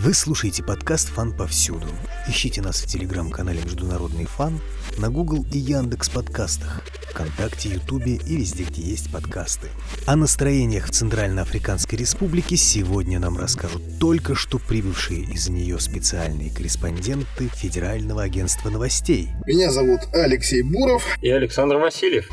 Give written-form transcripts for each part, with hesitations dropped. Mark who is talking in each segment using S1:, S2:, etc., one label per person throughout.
S1: Вы слушаете подкаст «Фан повсюду». Ищите нас в телеграм-канале «Международный фан», на Google и Яндекс подкастах, ВКонтакте, Ютубе и везде, где есть подкасты. О настроениях в Центральноафриканской Республике сегодня нам расскажут только что прибывшие из нее специальные корреспонденты Федерального агентства новостей.
S2: Меня зовут Алексей Буров
S3: и Александр Васильев.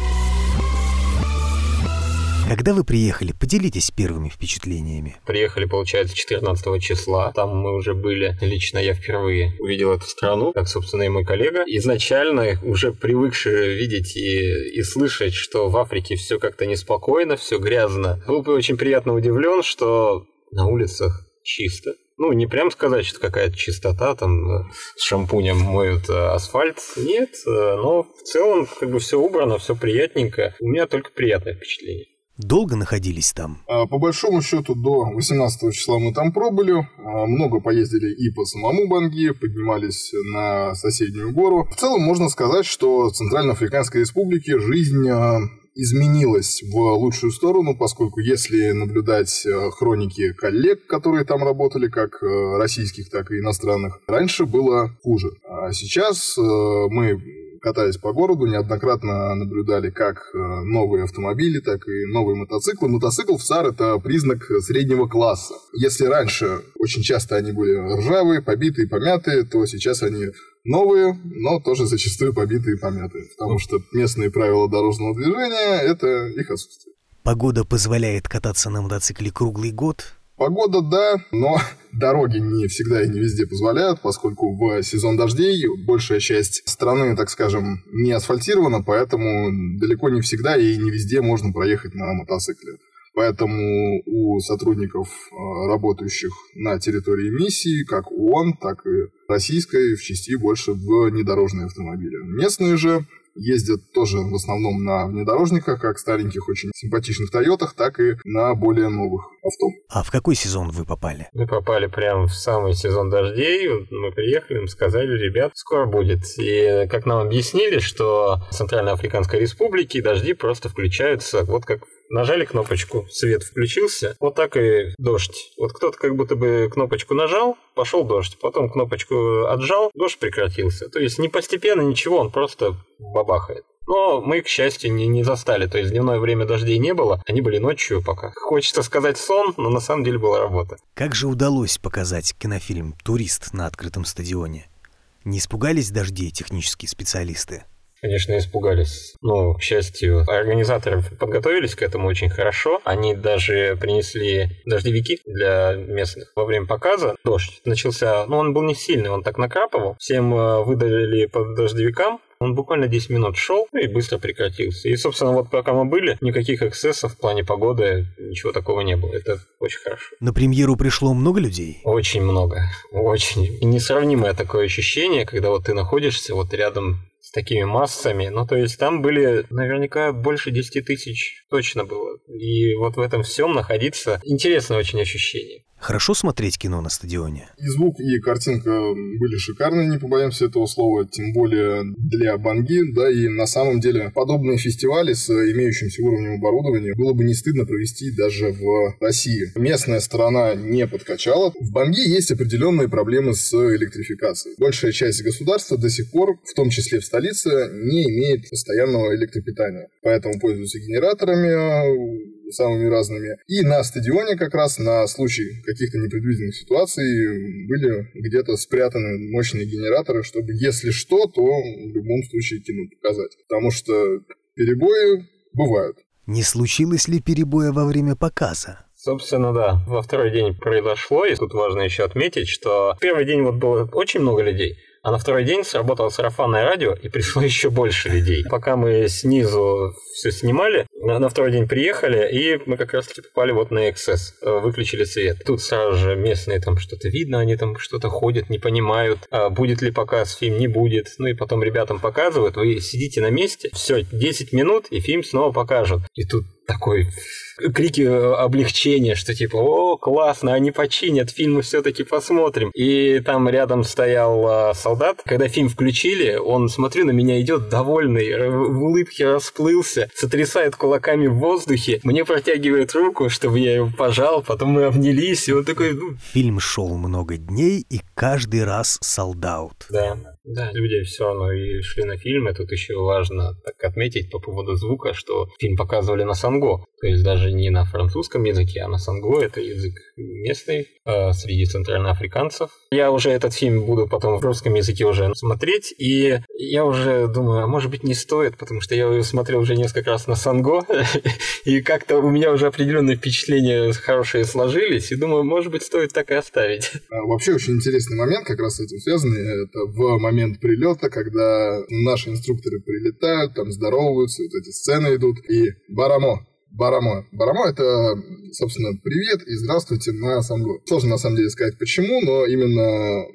S1: Когда вы приехали, поделитесь первыми впечатлениями.
S3: Приехали, получается, 14 числа. Там мы уже были. Лично я впервые увидел эту страну, как, собственно, и мой коллега. Изначально уже привыкший видеть и слышать, что в Африке все как-то неспокойно, все грязно. Был бы очень приятно удивлен, что на улицах чисто. Ну, не прям сказать, что какая-то чистота, там с шампунем моют асфальт. Нет, но в целом как бы все убрано, все приятненько. У меня только приятное впечатление.
S1: Долго находились там?
S2: По большому счету, до 18 числа мы там пробыли. Много поездили и по самому Банги, поднимались на соседнюю гору. В целом, можно сказать, что в Центральноафриканской Республике жизнь изменилась в лучшую сторону, поскольку если наблюдать хроники коллег, которые там работали, как российских, так и иностранных, раньше было хуже. А сейчас мы, катаясь по городу, неоднократно наблюдали как новые автомобили, так и новые мотоциклы. Мотоцикл в САР – это признак среднего класса. Если раньше очень часто они были ржавые, побитые, помятые, то сейчас они новые, но тоже зачастую побитые и помятые. Потому что местные правила дорожного движения – это их отсутствие.
S1: Погода позволяет кататься на мотоцикле круглый год?
S2: Погода, да, но дороги не всегда и не везде позволяют, поскольку в сезон дождей большая часть страны, так скажем, не асфальтирована, поэтому далеко не всегда и не везде можно проехать на мотоцикле. Поэтому у сотрудников, работающих на территории миссии, как ООН, так и российской, в части больше в внедорожные автомобили. Местные же ездят тоже в основном на внедорожниках, как стареньких, очень симпатичных Тойотах, так и на более новых авто.
S1: А в какой сезон вы попали?
S3: Мы попали прямо в самый сезон дождей. Мы приехали, им сказали: ребят, скоро будет. И как нам объяснили, что в Центральноафриканской Республике дожди просто включаются, вот как нажали кнопочку, свет включился, вот так и дождь. Вот кто-то как будто бы кнопочку нажал, пошел дождь, потом кнопочку отжал, дождь прекратился. То есть не постепенно ничего, он просто бабахает. Но мы, к счастью, не застали. То есть дневное время дождей не было, они были ночью пока. Хочется сказать сон, но на самом деле была работа.
S1: Как же удалось показать кинофильм «Турист» на открытом стадионе? Не испугались дождей технические специалисты?
S3: Конечно, испугались. Но, к счастью, организаторы подготовились к этому очень хорошо. Они даже принесли дождевики для местных. Во время показа дождь начался, он был не сильный, он так накрапывал. Всем выдали по дождевикам. Он буквально 10 минут шел и быстро прекратился. И, собственно, вот пока мы были, никаких эксцессов в плане погоды, ничего такого не было. Это очень хорошо.
S1: На премьеру пришло много людей?
S3: Очень много. Очень. И несравнимое такое ощущение, когда вот ты находишься вот рядом с такими массами. Ну, то есть там были наверняка больше 10 тысяч точно было. И вот в этом всем находиться интересное очень ощущение.
S1: Хорошо смотреть кино на стадионе?
S2: И звук, и картинка были шикарные, не побоимся этого слова, тем более для Банги, да, и на самом деле подобные фестивали с имеющимся уровнем оборудования было бы не стыдно провести даже в России. Местная сторона не подкачала. В Банги есть определенные проблемы с электрификацией. Большая часть государства до сих пор, в том числе в столице, не имеет постоянного электропитания. Поэтому пользуются генераторами самыми разными. И на стадионе как раз на случай каких-то непредвиденных ситуаций были где-то спрятаны мощные генераторы, чтобы, если что, то в любом случае кино показать. Потому что перебои бывают.
S1: Не случилось ли перебоя во время показа?
S3: Собственно, да. Во второй день произошло, и тут важно еще отметить, что в первый день вот было очень много людей, а на второй день сработало сарафанное радио, и пришло еще больше людей. Пока мы снизу все снимали, на второй день приехали, и мы как раз-таки попали вот на эксцесс. Выключили свет. Тут сразу же местные там что-то видно, они там что-то ходят, не понимают, будет ли показ, фильм не будет. Ну и потом ребятам показывают, вы сидите на месте, все, 10 минут, и фильм снова покажут. И тут такой крики облегчения, что типа, о, классно, они починят, фильм мы все-таки посмотрим. И там рядом стоял солдат. Когда фильм включили, он, смотрю, на меня идет довольный, в улыбке расплылся, сотрясает кулаками в воздухе, мне протягивает руку, чтобы я его пожал, потом мы обнялись, и он такой...
S1: Фильм шел много дней, и каждый раз солд-аут.
S3: Да, люди все равно и шли на фильм. И тут еще важно так отметить по поводу звука, что фильм показывали на санго. То есть даже не на французском языке, а на санго. Это язык местный среди центральноафриканцев. Я уже этот фильм буду потом в русском языке уже смотреть. И я уже думаю, а может быть не стоит, потому что я его смотрел уже несколько раз на санго. И как-то у меня уже определенные впечатления хорошие сложились. И думаю, может быть стоит так и оставить.
S2: Вообще очень интересный момент как раз с этим связанный. Это в момент прилета, когда наши инструкторы прилетают, там здороваются, вот эти сцены идут, и барамо. Барамо. Барамо — это, собственно, привет и здравствуйте на санго. Сложно, на самом деле, сказать почему, но именно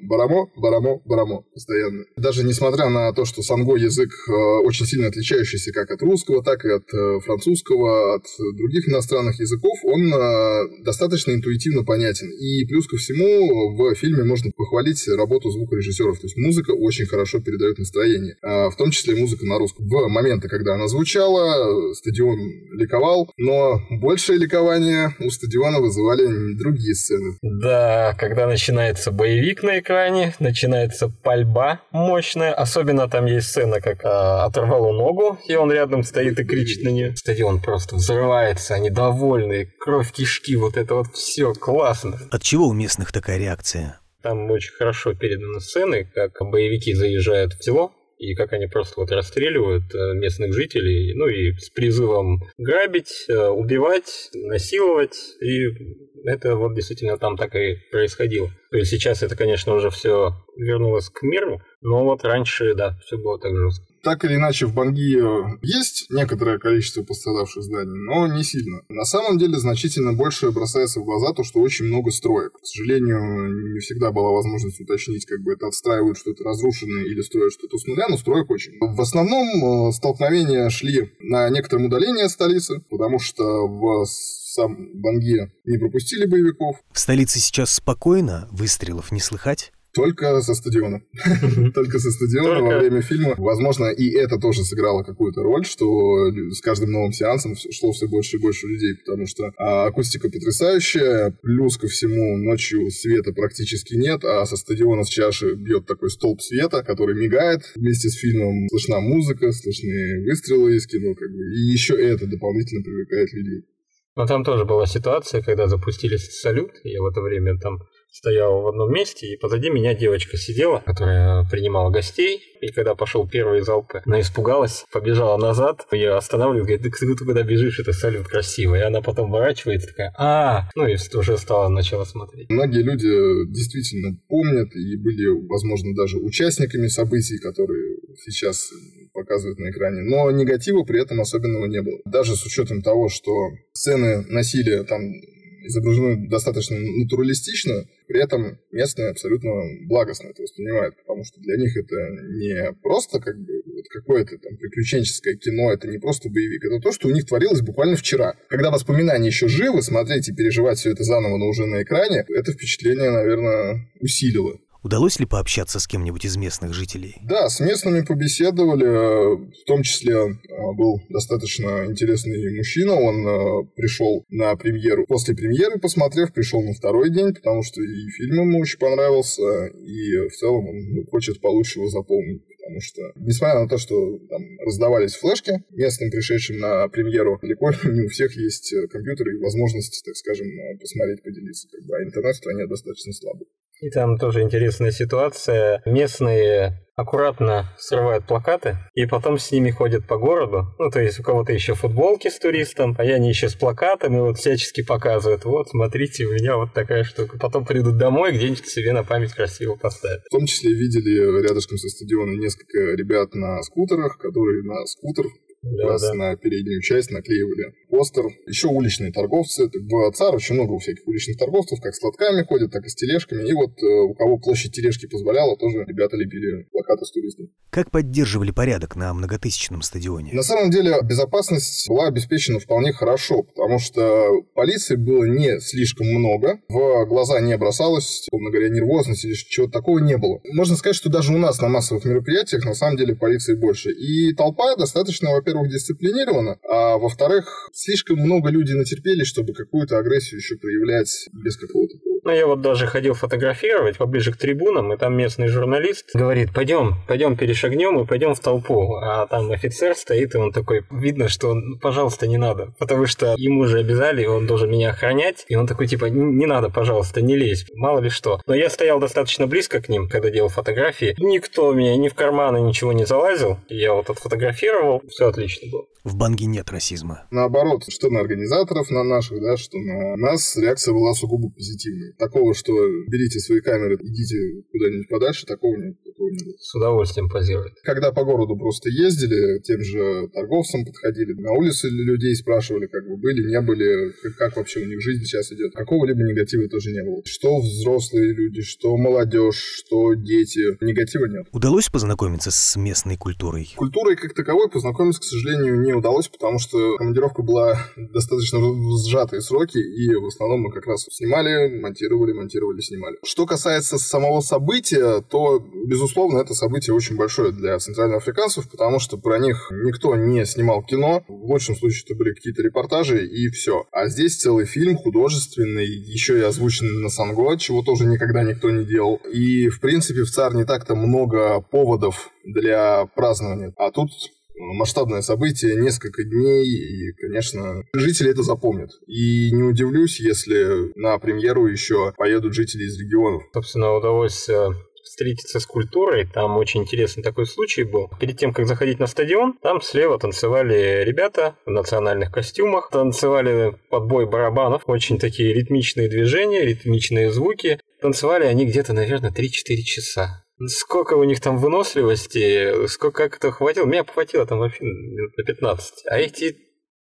S2: барамо постоянно. Даже несмотря на то, что санго язык очень сильно отличающийся как от русского, так и от французского, от других иностранных языков, он достаточно интуитивно понятен. И плюс ко всему в фильме можно похвалить работу звукорежиссеров. То есть музыка очень хорошо передает настроение. В том числе музыка на русском. В моменты, когда она звучала, стадион ликовал, но большее ликование у стадиона вызывали другие сцены.
S3: Да, когда начинается боевик на экране, начинается пальба мощная. Особенно там есть сцена, как оторвало ногу, и он рядом стоит и кричит на нее. Стадион просто взрывается, они довольны, кровь, кишки, вот это вот все классно.
S1: От чего у местных такая реакция?
S3: Там очень хорошо переданы сцены, как боевики заезжают в село, и как они просто вот расстреливают местных жителей, ну и с призывом грабить, убивать, насиловать, и это вот действительно там так и происходило. То есть сейчас это, конечно, уже все вернулось к миру, но вот раньше, да, все было так жестко.
S2: Так или иначе, в Банги есть некоторое количество пострадавших зданий, но не сильно. На самом деле, значительно больше бросается в глаза то, что очень много строек. К сожалению, не всегда была возможность уточнить, как бы это отстраивают что-то разрушенное или строят что-то с нуля, но строек очень. В основном столкновения шли на некотором удалении от столицы, потому что в сам Банги не пропустили боевиков.
S1: В столице сейчас спокойно, выстрелов не слыхать?
S2: Только со стадиона. Только со стадиона во время фильма. Возможно, и это тоже сыграло какую-то роль, что с каждым новым сеансом шло все больше и больше людей, потому что акустика потрясающая, плюс ко всему ночью света практически нет, а со стадиона с чаши бьет такой столб света, который мигает. Вместе с фильмом слышна музыка, слышны выстрелы из кино, как бы, и еще это дополнительно привлекает людей.
S3: Но там тоже была ситуация, когда запустили салют, и я в это время там стоял в одном месте, и позади меня девочка сидела, которая принимала гостей, и когда пошел первый залп, она испугалась, побежала назад, я останавливаю, говорит, ты куда бежишь, это салют красивый, и она потом ворачивается, такая, ну и уже начала смотреть.
S2: Многие люди действительно помнят и были, возможно, даже участниками событий, которые сейчас показывают на экране, но негатива при этом особенного не было. Даже с учетом того, что сцены насилия там изображены достаточно натуралистично, при этом местные абсолютно благостно это воспринимают, потому что для них это не просто как бы вот какое-то там приключенческое кино, это не просто боевик, это то, что у них творилось буквально вчера. Когда воспоминания еще живы, смотреть и переживать все это заново, но уже на экране, это впечатление, наверное, усилило.
S1: Удалось ли пообщаться с кем-нибудь из местных жителей?
S2: Да, с местными побеседовали, в том числе был достаточно интересный мужчина, он пришел на премьеру, после премьеры, посмотрев, пришел на второй день, потому что и фильм ему очень понравился, и в целом он хочет получше его запомнить. Потому что, несмотря на то, что там раздавались флешки местным, пришедшим на премьеру, далеко не у всех есть компьютеры и возможности, так скажем, посмотреть, поделиться. А интернет в стране достаточно слабый.
S3: И там тоже интересная ситуация. Местные аккуратно срывают плакаты, и потом с ними ходят по городу. Ну, то есть у кого-то еще футболки с туристом, а они еще с плакатами вот всячески показывают. Вот, смотрите, у меня вот такая штука. Потом придут домой, где-нибудь себе на память красиво поставят.
S2: В том числе видели рядышком со стадионом несколько ребят на скутерах, которые на скутер Как раз на переднюю часть наклеивали постер. Еще уличные торговцы. В ЦАР очень много всяких уличных торговцев, как с лотками ходят, так и с тележками. И вот у кого площадь тележки позволяла, тоже ребята лепили плакаты с туристами.
S1: Как поддерживали порядок на многотысячном стадионе?
S2: На самом деле безопасность была обеспечена вполне хорошо, потому что полиции было не слишком много, в глаза не бросалось, условно говоря, нервозность или чего-то такого не было. Можно сказать, что даже у нас на массовых мероприятиях на самом деле полиции больше. И толпа достаточно, во-первых, дисциплинирована, а во-вторых, слишком много людей натерпелись, чтобы какую-то агрессию еще проявлять без какого-то повода.
S3: Ну, я вот даже ходил фотографировать поближе к трибунам, и там местный журналист говорит: пойдем перешагнем и пойдем в толпу. А там офицер стоит, и он такой, видно, что он, пожалуйста, не надо, потому что ему же обязали, он должен меня охранять, и он такой, типа, не надо, пожалуйста, не лезь, мало ли что. Но я стоял достаточно близко к ним, когда делал фотографии, никто у меня ни в карманы ничего не залазил, я вот отфотографировал, все отлично было.
S1: В Банге нет расизма.
S2: Наоборот, что на организаторов, на наших, да, что на нас, реакция была сугубо позитивной. Такого, что берите свои камеры, идите куда-нибудь подальше, такого нет.
S3: С удовольствием позируют.
S2: Когда по городу просто ездили, тем же торговцам подходили, на улице людей спрашивали, как бы были, не были, как вообще у них жизнь сейчас идет. Какого-либо негатива тоже не было. Что взрослые люди, что молодежь, что дети. Негатива нет.
S1: Удалось познакомиться с местной культурой?
S2: Культурой как таковой познакомиться, к сожалению, не удалось, потому что командировка была достаточно в сжатые сроки, и в основном мы как раз снимали, монтировали, снимали. Что касается самого события, то, безусловно, это событие очень большое для центральноафриканцев, потому что про них никто не снимал кино. В лучшем случае это были какие-то репортажи, и все. А здесь целый фильм художественный, еще и озвученный на санго, чего тоже никогда никто не делал. И, в принципе, в ЦАР не так-то много поводов для празднования. А тут масштабное событие, несколько дней, и, конечно, жители это запомнят. И не удивлюсь, если на премьеру еще поедут жители из регионов.
S3: Собственно, удалось встретиться с культурой. Там очень интересный такой случай был. Перед тем, как заходить на стадион, там слева танцевали ребята в национальных костюмах, танцевали под бой барабанов, очень такие ритмичные движения, ритмичные звуки. Танцевали они где-то, наверное, 3-4 часа. Сколько у них там выносливости, как это хватило. Меня хватило там вообще минут на 15. А эти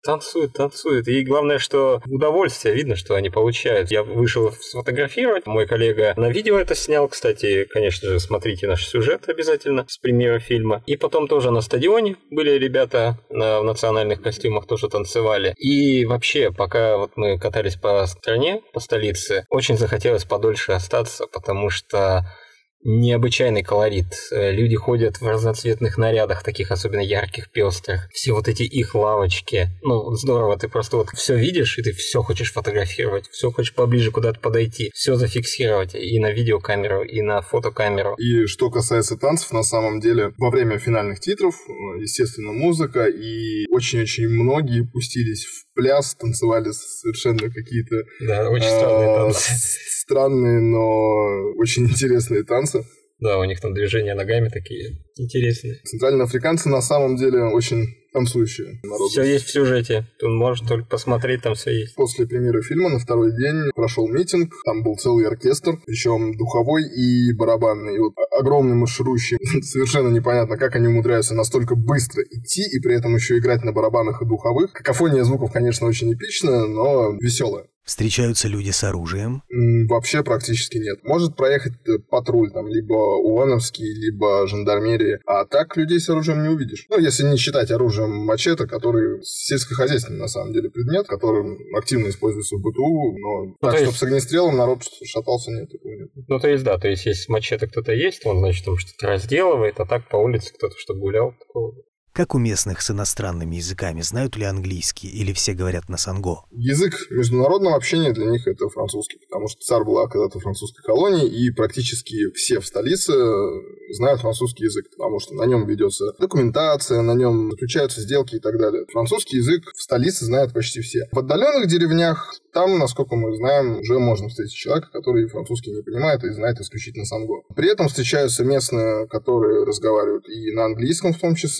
S3: танцуют. И главное, что удовольствие видно, что они получают. Я вышел сфотографировать. Мой коллега на видео это снял. Кстати, конечно же, смотрите наш сюжет обязательно с премьеры фильма. И потом тоже на стадионе были ребята в национальных костюмах, тоже танцевали. И вообще, пока вот мы катались по стране, по столице, очень захотелось подольше остаться, потому что необычайный колорит. Люди ходят в разноцветных нарядах, таких особенно ярких, пестрых. Все вот эти их лавочки. Ну, здорово, ты просто вот все видишь, и ты все хочешь фотографировать, все хочешь поближе куда-то подойти, все зафиксировать и на видеокамеру, и на фотокамеру.
S2: И что касается танцев, на самом деле, во время финальных титров, естественно, музыка, и очень-очень многие пустились в пляс, танцевали совершенно какие-то...
S3: Да, очень странные танцы.
S2: Странные, но очень интересные танцы.
S3: Да, у них там движения ногами такие интересные.
S2: Центральноафриканцы на самом деле очень танцующие народы.
S3: Все есть в сюжете. Тут можно только посмотреть, там все есть.
S2: После премьеры фильма на второй день прошел митинг. Там был целый оркестр, причем духовой и барабанный. И вот огромный марширующий. Совершенно непонятно, как они умудряются настолько быстро идти и при этом еще играть на барабанах и духовых. Какофония звуков, конечно, очень эпичная, но веселая.
S1: Встречаются люди с оружием?
S2: Вообще практически нет. Может проехать патруль, там, либо УАНовский, либо жандармерия. А так людей с оружием не увидишь. Ну, если не считать оружием мачете, который сельскохозяйственный, на самом деле, предмет, который активно используется в быту, но так, чтобы с огнестрелом народ шатался, нет, такого нет.
S3: Ну, то есть, да, то есть, если мачете кто-то есть, он, значит, там что-то разделывает, а так по улице кто-то что гулял, такого.
S1: Как у местных с иностранными языками? Знают ли английский или все говорят на санго?
S2: Язык международного общения для них это французский, потому что ЦАР была когда-то французской колонией, и практически все в столице знают французский язык, потому что на нем ведется документация, на нем заключаются сделки и так далее. Французский язык в столице знают почти все. В отдаленных деревнях там, насколько мы знаем, уже можно встретить человека, который французский не понимает и знает исключительно санго. При этом встречаются местные, которые разговаривают и на английском в том числе,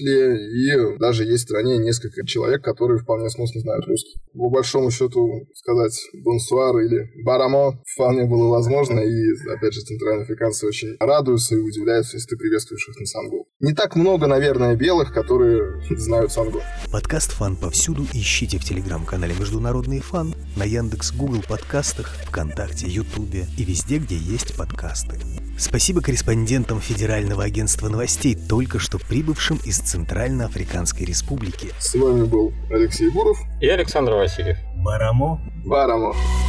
S2: и даже есть в стране несколько человек, которые вполне сносно знают русский. По большому счету сказать «бонсуар» или «барамо» вполне было возможно, и, опять же, центральноафриканцы очень радуются и удивляются, если ты приветствуешь их на сангу. Не так много, наверное, белых, которые знают сангу.
S1: Подкаст «Фан повсюду» ищите в телеграм-канале «Международный фан», на Яндекс, Google подкастах, ВКонтакте, Ютубе и везде, где есть подкасты. Спасибо корреспондентам Федерального агентства новостей, только что прибывшим из Центральноафриканской Республики.
S2: С вами был Алексей Буров
S3: и Александр Васильев.
S1: Барамо.
S2: Барамо.